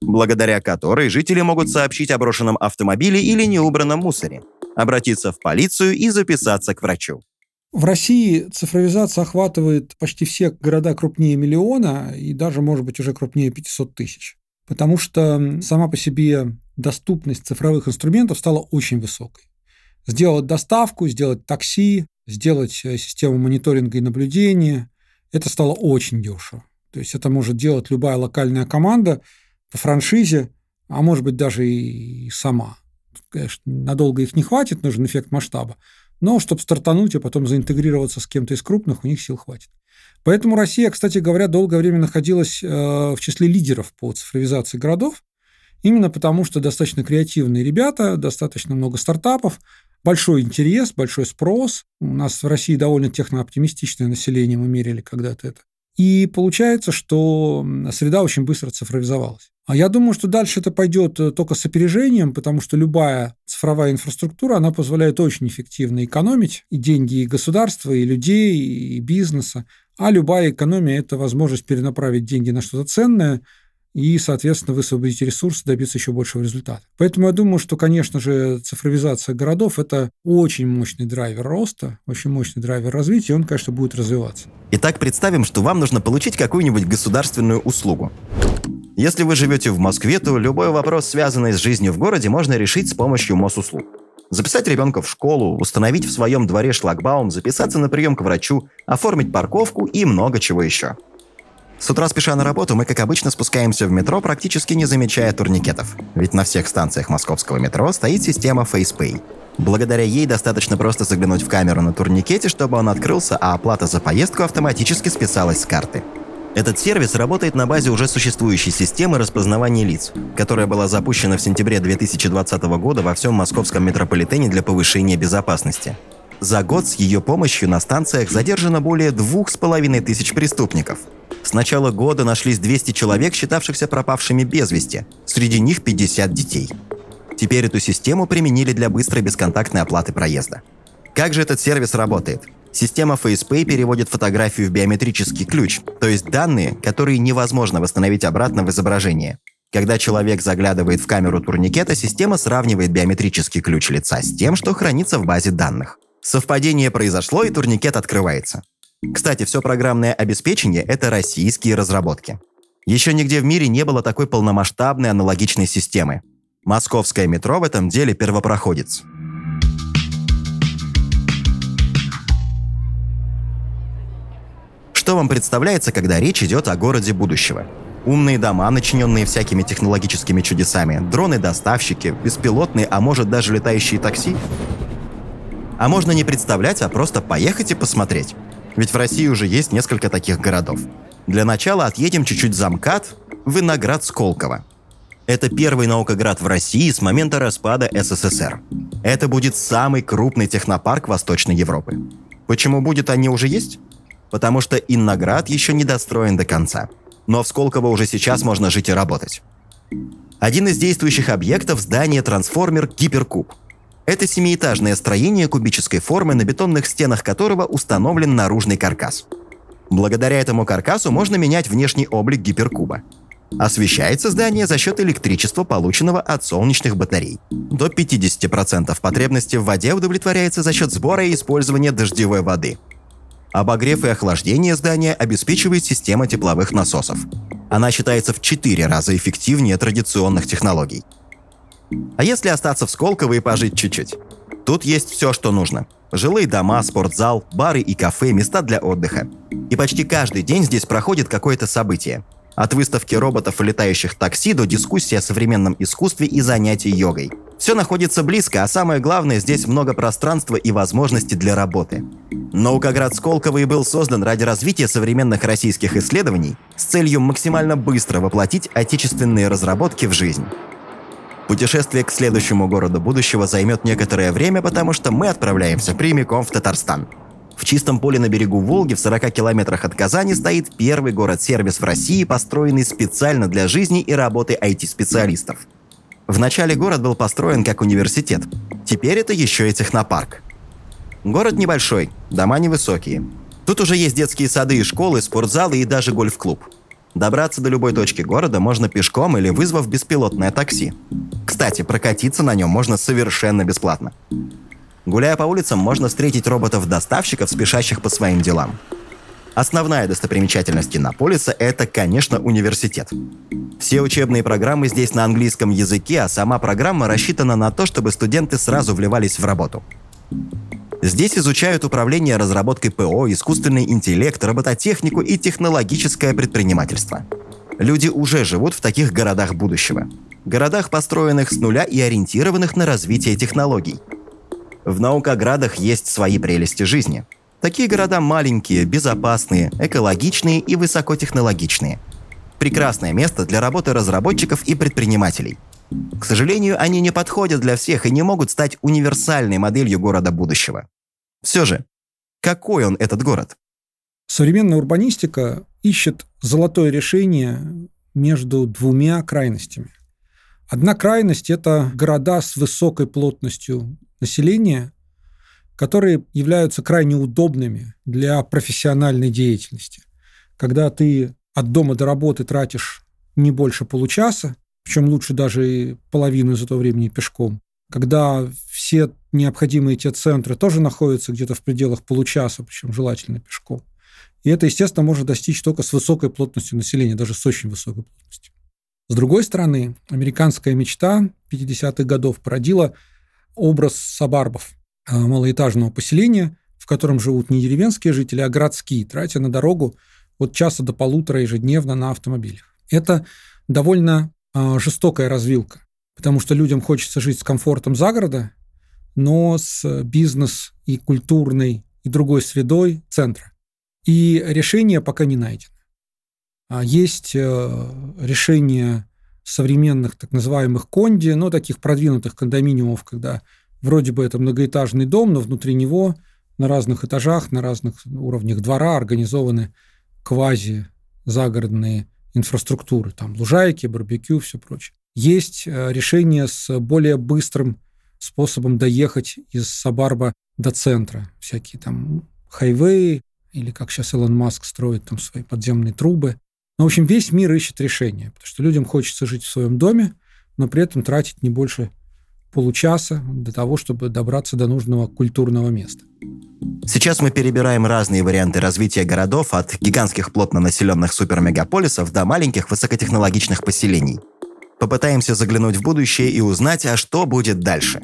благодаря которой жители могут сообщить о брошенном автомобиле или неубранном мусоре, обратиться в полицию и записаться к врачу. В России цифровизация охватывает почти все города крупнее миллиона и даже, может быть, уже крупнее пятьсот тысяч. Потому что сама по себе доступность цифровых инструментов стала очень высокой. Сделать доставку, сделать такси, сделать систему мониторинга и наблюдения – это стало очень дешево. То есть это может делать любая локальная команда по франшизе, а может быть даже и сама. Конечно, надолго их не хватит, нужен эффект масштаба. Но чтобы стартануть, а потом заинтегрироваться с кем-то из крупных, у них сил хватит. Поэтому Россия, кстати говоря, долгое время находилась в числе лидеров по цифровизации городов, именно потому что достаточно креативные ребята, достаточно много стартапов, большой интерес, большой спрос. У нас в России довольно технооптимистичное население, мы мерили когда-то это. И получается, что среда очень быстро цифровизовалась. А я думаю, что дальше это пойдет только с опережением, потому что любая цифровая инфраструктура, она позволяет очень эффективно экономить и деньги и государства, и людей, и бизнеса. А любая экономия – это возможность перенаправить деньги на что-то ценное и, соответственно, высвободить ресурсы, добиться еще большего результата. Поэтому я думаю, что, конечно же, цифровизация городов – это очень мощный драйвер роста, очень мощный драйвер развития, и он, конечно, будет развиваться. Итак, представим, что вам нужно получить какую-нибудь государственную услугу. Если вы живете в Москве, то любой вопрос, связанный с жизнью в городе, можно решить с помощью Мосуслуг. Записать ребенка в школу, установить в своем дворе шлагбаум, записаться на прием к врачу, оформить парковку и много чего еще. С утра, спеша на работу, мы, как обычно, спускаемся в метро, практически не замечая турникетов. Ведь на всех станциях московского метро стоит система FacePay. Благодаря ей достаточно просто заглянуть в камеру на турникете, чтобы он открылся, а оплата за поездку автоматически списалась с карты. Этот сервис работает на базе уже существующей системы распознавания лиц, которая была запущена в сентябре две тысячи двадцатого года во всем московском метрополитене для повышения безопасности. За год с ее помощью на станциях задержано более двух с половиной тысяч преступников. С начала года нашлись двести человек, считавшихся пропавшими без вести, среди них пятьдесят детей. Теперь эту систему применили для быстрой бесконтактной оплаты проезда. Как же этот сервис работает? Система FacePay переводит фотографию в биометрический ключ, то есть данные, которые невозможно восстановить обратно в изображение. Когда человек заглядывает в камеру турникета, система сравнивает биометрический ключ лица с тем, что хранится в базе данных. Совпадение произошло, и турникет открывается. Кстати, все программное обеспечение – это российские разработки. Еще нигде в мире не было такой полномасштабной аналогичной системы. Московское метро в этом деле первопроходец. Что вам представляется, когда речь идет о городе будущего? Умные дома, начиненные всякими технологическими чудесами, дроны-доставщики, беспилотные, а может даже летающие такси? А можно не представлять, а просто поехать и посмотреть. Ведь в России уже есть несколько таких городов. Для начала отъедем чуть-чуть за МКАД в Виноград-Сколково. Это первый наукоград в России с момента распада СССР. Это будет самый крупный технопарк Восточной Европы. Почему будет, они уже есть? Потому что Инноград еще не достроен до конца. Но в Сколково уже сейчас можно жить и работать. Один из действующих объектов – здание-трансформер «Гиперкуб». Это семиэтажное строение кубической формы, на бетонных стенах которого установлен наружный каркас. Благодаря этому каркасу можно менять внешний облик гиперкуба. Освещается здание за счет электричества, полученного от солнечных батарей. До пятьдесят процентов потребности в воде удовлетворяется за счет сбора и использования дождевой воды. Обогрев и охлаждение здания обеспечивает система тепловых насосов. Она считается в четыре раза эффективнее традиционных технологий. А если остаться в Сколково и пожить чуть-чуть? Тут есть все, что нужно. Жилые дома, спортзал, бары и кафе, места для отдыха. И почти каждый день здесь проходит какое-то событие. От выставки роботов и летающих такси до дискуссии о современном искусстве и занятий йогой. Все находится близко, а самое главное, здесь много пространства и возможностей для работы. Наукоград Сколково и был создан ради развития современных российских исследований с целью максимально быстро воплотить отечественные разработки в жизнь. Путешествие к следующему городу будущего займет некоторое время, потому что мы отправляемся прямиком в Татарстан. В чистом поле на берегу Волги в сорока километрах от Казани стоит первый город-сервис в России, построенный специально для жизни и работы ай ти-специалистов. Вначале город был построен как университет, теперь это еще и технопарк. Город небольшой, дома невысокие. Тут уже есть детские сады и школы, спортзалы и даже гольф-клуб. Добраться до любой точки города можно пешком или вызвав беспилотное такси. Кстати, прокатиться на нем можно совершенно бесплатно. Гуляя по улицам, можно встретить роботов-доставщиков, спешащих по своим делам. Основная достопримечательность Иннополиса – это, конечно, университет. Все учебные программы здесь на английском языке, а сама программа рассчитана на то, чтобы студенты сразу вливались в работу. Здесь изучают управление разработкой ПО, искусственный интеллект, робототехнику и технологическое предпринимательство. Люди уже живут в таких городах будущего. Городах, построенных с нуля и ориентированных на развитие технологий. В наукоградах есть свои прелести жизни. Такие города маленькие, безопасные, экологичные и высокотехнологичные. Прекрасное место для работы разработчиков и предпринимателей. К сожалению, они не подходят для всех и не могут стать универсальной моделью города будущего. Все же, какой он, этот город? Современная урбанистика ищет золотое решение между двумя крайностями. Одна крайность – это города с высокой плотностью населения, которые являются крайне удобными для профессиональной деятельности. Когда ты от дома до работы тратишь не больше получаса, причем лучше даже и половину из этого времени пешком, когда все необходимые те центры тоже находятся где-то в пределах получаса, причем желательно пешком. И это, естественно, может достичь только с высокой плотностью населения, даже с очень высокой плотностью. С другой стороны, американская мечта пятидесятых годов породила образ сабарбов, малоэтажного поселения, в котором живут не деревенские жители, а городские, тратя на дорогу от часа до полутора ежедневно на автомобилях. Это довольно жестокая развилка, потому что людям хочется жить с комфортом загорода, но с бизнес и культурной и другой средой центра. И решение пока не найдено. Есть решения современных так называемых конди, но таких продвинутых кондоминиумов, когда вроде бы это многоэтажный дом, но внутри него на разных этажах, на разных уровнях двора организованы квази-загородные инфраструктуры, там лужайки, барбекю, все прочее. Есть решения с более быстрым способом доехать из сабарба до центра. Всякие там хайвеи, или как сейчас Илон Маск строит там свои подземные трубы. Ну, в общем, весь мир ищет решения, потому что людям хочется жить в своем доме, но при этом тратить не больше получаса для того, чтобы добраться до нужного культурного места. Сейчас мы перебираем разные варианты развития городов от гигантских плотно населенных супермегаполисов до маленьких высокотехнологичных поселений. Попытаемся заглянуть в будущее и узнать, а что будет дальше.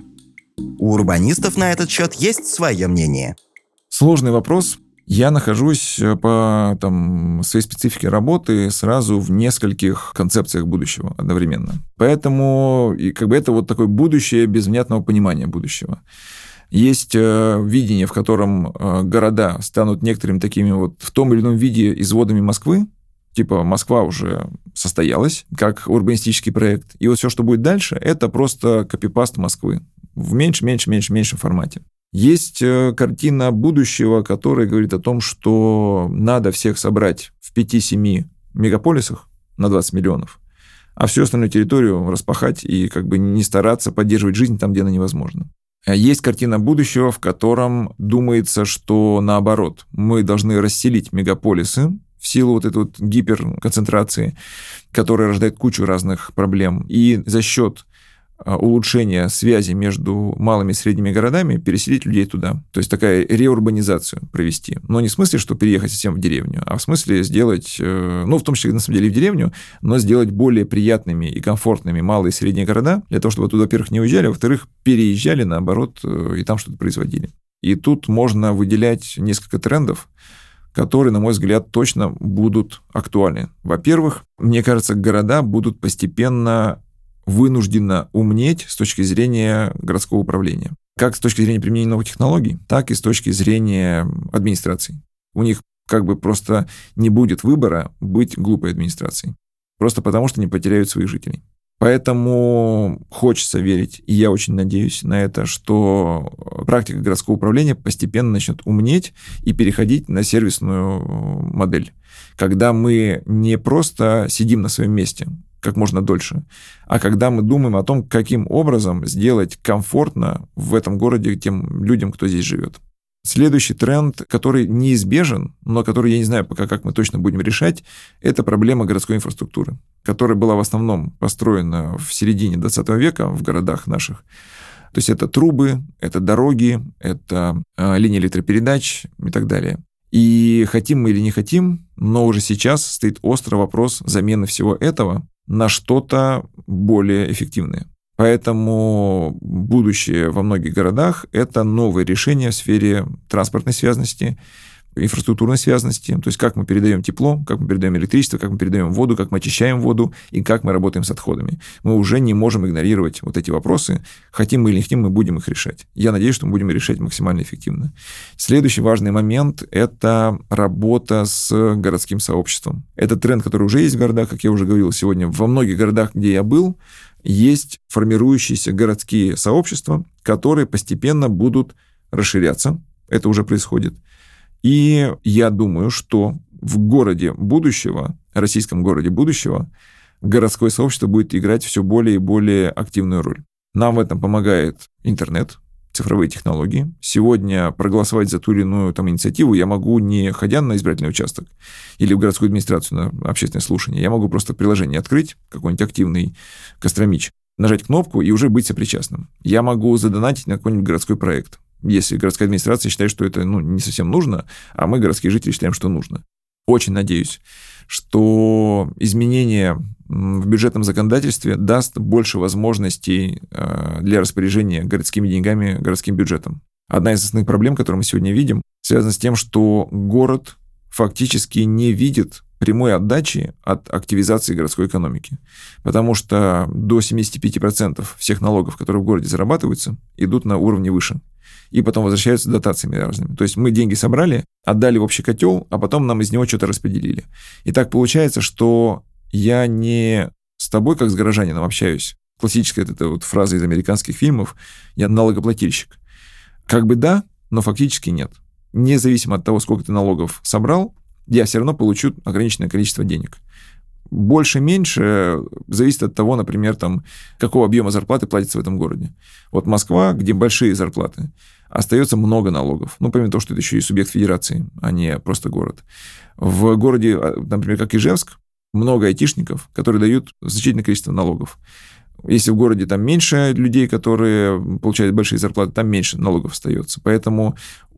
У урбанистов на этот счет есть свое мнение. Сложный вопрос. Я нахожусь по там, своей специфике работы сразу в нескольких концепциях будущего одновременно. Поэтому и как бы это вот такое будущее без внятного понимания будущего. Есть э, видение, в котором э, города станут некоторыми такими вот в том или ином виде изводами Москвы. Типа Москва уже состоялась как урбанистический проект. И вот все, что будет дальше, это просто копипаст Москвы в меньше, меньше, меньше, меньшем формате. Есть картина будущего, которая говорит о том, что надо всех собрать в пяти-семи мегаполисах на двадцать миллионов, а всю остальную территорию распахать и как бы не стараться поддерживать жизнь там, где она невозможна. Есть картина будущего, в котором думается, что наоборот, мы должны расселить мегаполисы в силу вот этой вот гиперконцентрации, которая рождает кучу разных проблем, и за счет улучшения связи между малыми и средними городами переселить людей туда. То есть такая реурбанизацию провести. Но не в смысле, что переехать совсем в деревню, а в смысле сделать, ну, в том числе, на самом деле, и в деревню, но сделать более приятными и комфортными малые и средние города, для того, чтобы туда, во-первых, не уезжали, а во-вторых, переезжали, наоборот, и там что-то производили. И тут можно выделять несколько трендов, которые, на мой взгляд, точно будут актуальны. Во-первых, мне кажется, города будут постепенно вынуждена умнеть с точки зрения городского управления. Как с точки зрения применения новых технологий, так и с точки зрения администрации. У них как бы просто не будет выбора быть глупой администрацией. Просто потому, что не потеряют своих жителей. Поэтому хочется верить, и я очень надеюсь на это, что практика городского управления постепенно начнет умнеть и переходить на сервисную модель. Когда мы не просто сидим на своем месте как можно дольше, а когда мы думаем о том, каким образом сделать комфортно в этом городе тем людям, кто здесь живет. Следующий тренд, который неизбежен, но который, я не знаю пока, как мы точно будем решать, это проблема городской инфраструктуры, которая была в основном построена в середине двадцатого века в городах наших. То есть это трубы, это дороги, это э, линии электропередач и так далее. И хотим мы или не хотим, но уже сейчас стоит острый вопрос замены всего этого на что-то более эффективное. Поэтому будущее во многих городах – это новые решения в сфере транспортной связности, инфраструктурной связности, то есть как мы передаем тепло, как мы передаем электричество, как мы передаем воду, как мы очищаем воду и как мы работаем с отходами. Мы уже не можем игнорировать вот эти вопросы. Хотим мы или не хотим, мы будем их решать. Я надеюсь, что мы будем решать максимально эффективно. Следующий важный момент – это работа с городским сообществом. Это тренд, который уже есть в городах, как я уже говорил сегодня. Во многих городах, где я был, есть формирующиеся городские сообщества, которые постепенно будут расширяться. Это уже происходит. И я думаю, что в городе будущего, российском городе будущего, городское сообщество будет играть все более и более активную роль. Нам в этом помогает интернет, цифровые технологии. Сегодня проголосовать за ту или иную там инициативу я могу, не ходя на избирательный участок или в городскую администрацию на общественное слушание. Я могу просто приложение открыть, какой-нибудь активный Костромич, нажать кнопку и уже быть сопричастным. Я могу задонатить на какой-нибудь городской проект, если городская администрация считает, что это ну, не совсем нужно, а мы, городские жители, считаем, что нужно. Очень надеюсь, что изменение в бюджетном законодательстве даст больше возможностей для распоряжения городскими деньгами, городским бюджетом. Одна из основных проблем, которую мы сегодня видим, связана с тем, что город фактически не видит прямой отдачи от активизации городской экономики. Потому что до семьдесят пять процентов всех налогов, которые в городе зарабатываются, идут на уровне выше. И потом возвращаются дотациями разными. То есть мы деньги собрали, отдали в общий котел, а потом нам из него что-то распределили. И так получается, что я не с тобой, как с горожанином, общаюсь. Классическая это вот фраза из американских фильмов «я налогоплательщик». Как бы да, но фактически нет. Независимо от того, сколько ты налогов собрал, я все равно получу ограниченное количество денег. Больше-меньше зависит от того, например, там, какого объема зарплаты платится в этом городе. Вот Москва, где большие зарплаты, остается много налогов. Ну, помимо того, что это еще и субъект федерации, а не просто город. В городе, например, как Ижевск, много айтишников, которые дают значительное количество налогов. Если в городе там меньше людей, которые получают большие зарплаты, там меньше налогов остается. Поэтому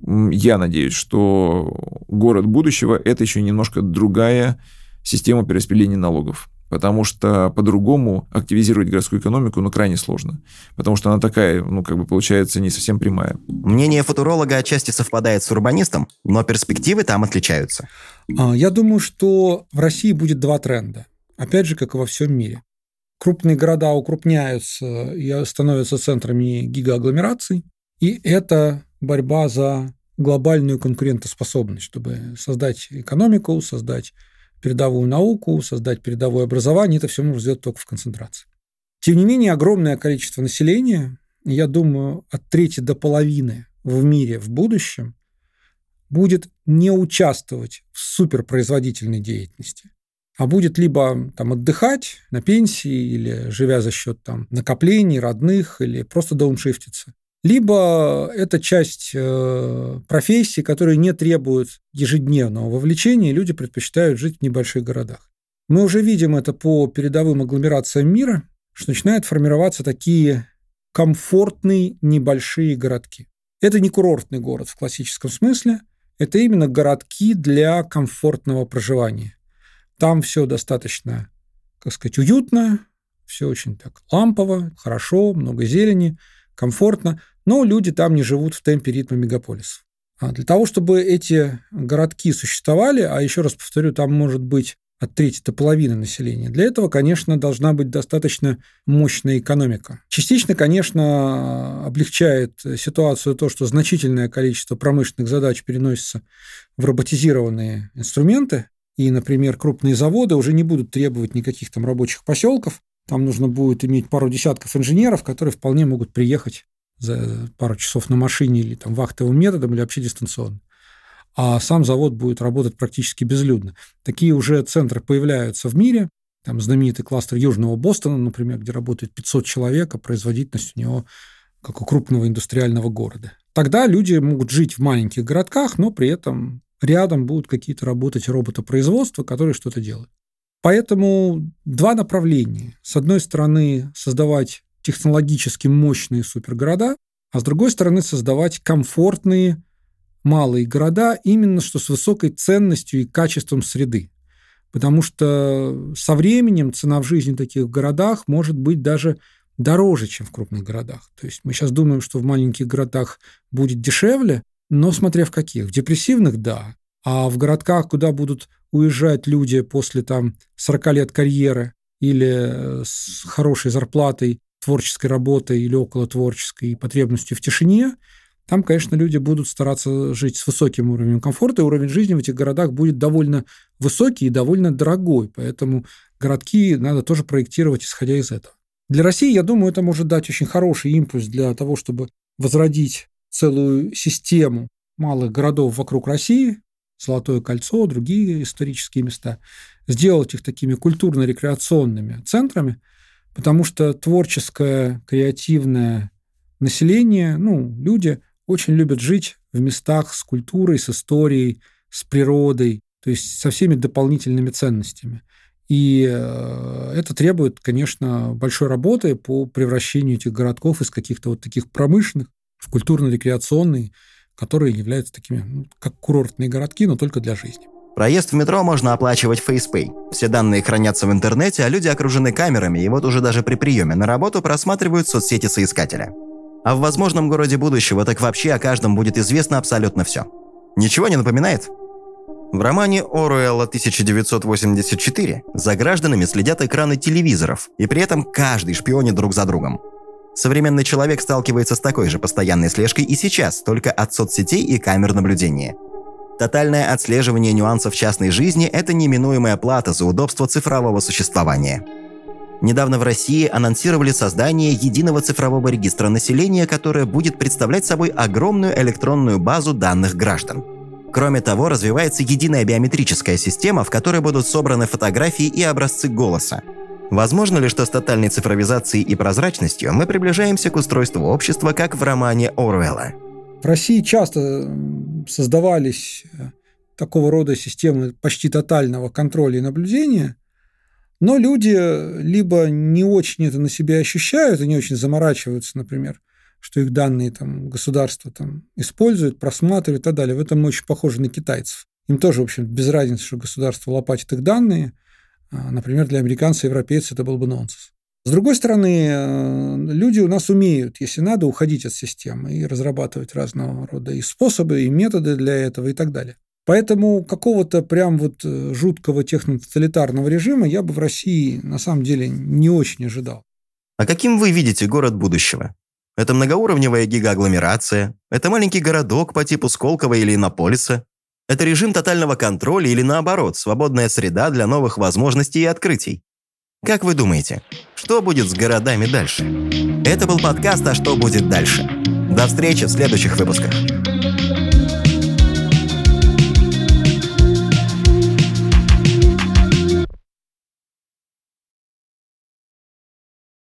я надеюсь, что город будущего – это еще немножко другая система перераспределения налогов. Потому что по-другому активизировать городскую экономику, ну, крайне сложно. Потому что она такая, ну, как бы получается, не совсем прямая. Мнение футуролога отчасти совпадает с урбанистом, но перспективы там отличаются. Я думаю, что в России будет два тренда. Опять же, как и во всем мире. Крупные города укрупняются и становятся центрами гигаагломераций. И это борьба за глобальную конкурентоспособность, чтобы создать экономику, создать передовую науку, создать передовое образование. Это все можно сделать только в концентрации. Тем не менее, огромное количество населения, я думаю, от трети до половины в мире в будущем, будет не участвовать в суперпроизводительной деятельности, а будет либо там, отдыхать на пенсии или живя за счет там, накоплений родных или просто дауншифтиться. Либо это часть э, профессий, которые не требуют ежедневного вовлечения, и люди предпочитают жить в небольших городах. Мы уже видим это по передовым агломерациям мира, что начинают формироваться такие комфортные небольшие городки. Это не курортный город в классическом смысле, это именно городки для комфортного проживания. Там все достаточно, как сказать, уютно, все очень так лампово, хорошо, много зелени, комфортно, но люди там не живут в темпе ритма мегаполисов. А для того, чтобы эти городки существовали, а еще раз повторю, там может быть от трети до половины населения, для этого, конечно, должна быть достаточно мощная экономика. Частично, конечно, облегчает ситуацию то, что значительное количество промышленных задач переносится в роботизированные инструменты, и, например, крупные заводы уже не будут требовать никаких там рабочих поселков, там нужно будет иметь пару десятков инженеров, которые вполне могут приехать за пару часов на машине или там вахтовым методом, или вообще дистанционно. А сам завод будет работать практически безлюдно. Такие уже центры появляются в мире. Там знаменитый кластер Южного Бостона, например, где работает пятьсот человек, а производительность у него как у крупного индустриального города. Тогда люди могут жить в маленьких городках, но при этом рядом будут какие-то работать роботопроизводства, которые что-то делают. Поэтому два направления. С одной стороны, создавать технологически мощные супергорода, а с другой стороны, создавать комфортные малые города, именно что с высокой ценностью и качеством среды. Потому что со временем цена в жизни в таких городах может быть даже дороже, чем в крупных городах. То есть мы сейчас думаем, что в маленьких городах будет дешевле, но смотря в каких. В депрессивных – да. А в городках, куда будут уезжать люди после там, сорок лет карьеры или с хорошей зарплатой, творческой работой или около творческой и потребностью в тишине, там, конечно, люди будут стараться жить с высоким уровнем комфорта, и уровень жизни в этих городах будет довольно высокий и довольно дорогой. Поэтому городки надо тоже проектировать, исходя из этого. Для России, я думаю, это может дать очень хороший импульс для того, чтобы возродить целую систему малых городов вокруг России, Золотое кольцо, другие исторические места, сделать их такими культурно-рекреационными центрами, потому что творческое, креативное население, ну, люди очень любят жить в местах с культурой, с историей, с природой, то есть со всеми дополнительными ценностями. И это требует, конечно, большой работы по превращению этих городков из каких-то вот таких промышленных в культурно-рекреационные, которые являются такими, ну, как курортные городки, но только для жизни. Проезд в метро можно оплачивать фейспей. Все данные хранятся в интернете, а люди окружены камерами, и вот уже даже при приеме на работу просматривают соцсети соискателя. А в возможном городе будущего так вообще о каждом будет известно абсолютно все. Ничего не напоминает? В романе Оруэлла тысяча девятьсот восемьдесят четыре за гражданами следят экраны телевизоров, и при этом каждый шпионит друг за другом. Современный человек сталкивается с такой же постоянной слежкой и сейчас, только от соцсетей и камер наблюдения. Тотальное отслеживание нюансов частной жизни – это неминуемая плата за удобство цифрового существования. Недавно в России анонсировали создание единого цифрового регистра населения, которое будет представлять собой огромную электронную базу данных граждан. Кроме того, развивается единая биометрическая система, в которой будут собраны фотографии и образцы голоса. Возможно ли, что с тотальной цифровизацией и прозрачностью мы приближаемся к устройству общества, как в романе Оруэлла? В России часто создавались такого рода системы почти тотального контроля и наблюдения, но люди либо не очень это на себе ощущают и не очень заморачиваются, например, что их данные там, государство там, использует, просматривает и так далее. В этом мы очень похожи на китайцев. Им тоже, в общем, без разницы, что государство лопатит их данные. Например, для американцев и европейцев это был бы нонсенс. С другой стороны, люди у нас умеют, если надо, уходить от системы и разрабатывать разного рода и способы, и методы для этого и так далее. Поэтому какого-то прям вот жуткого технототалитарного режима я бы в России на самом деле не очень ожидал. А каким вы видите город будущего? Это многоуровневая гигаагломерация? Это маленький городок по типу Сколково или Иннополиса? Это режим тотального контроля или, наоборот, свободная среда для новых возможностей и открытий? Как вы думаете, что будет с городами дальше? Это был подкаст «А что будет дальше?». До встречи в следующих выпусках.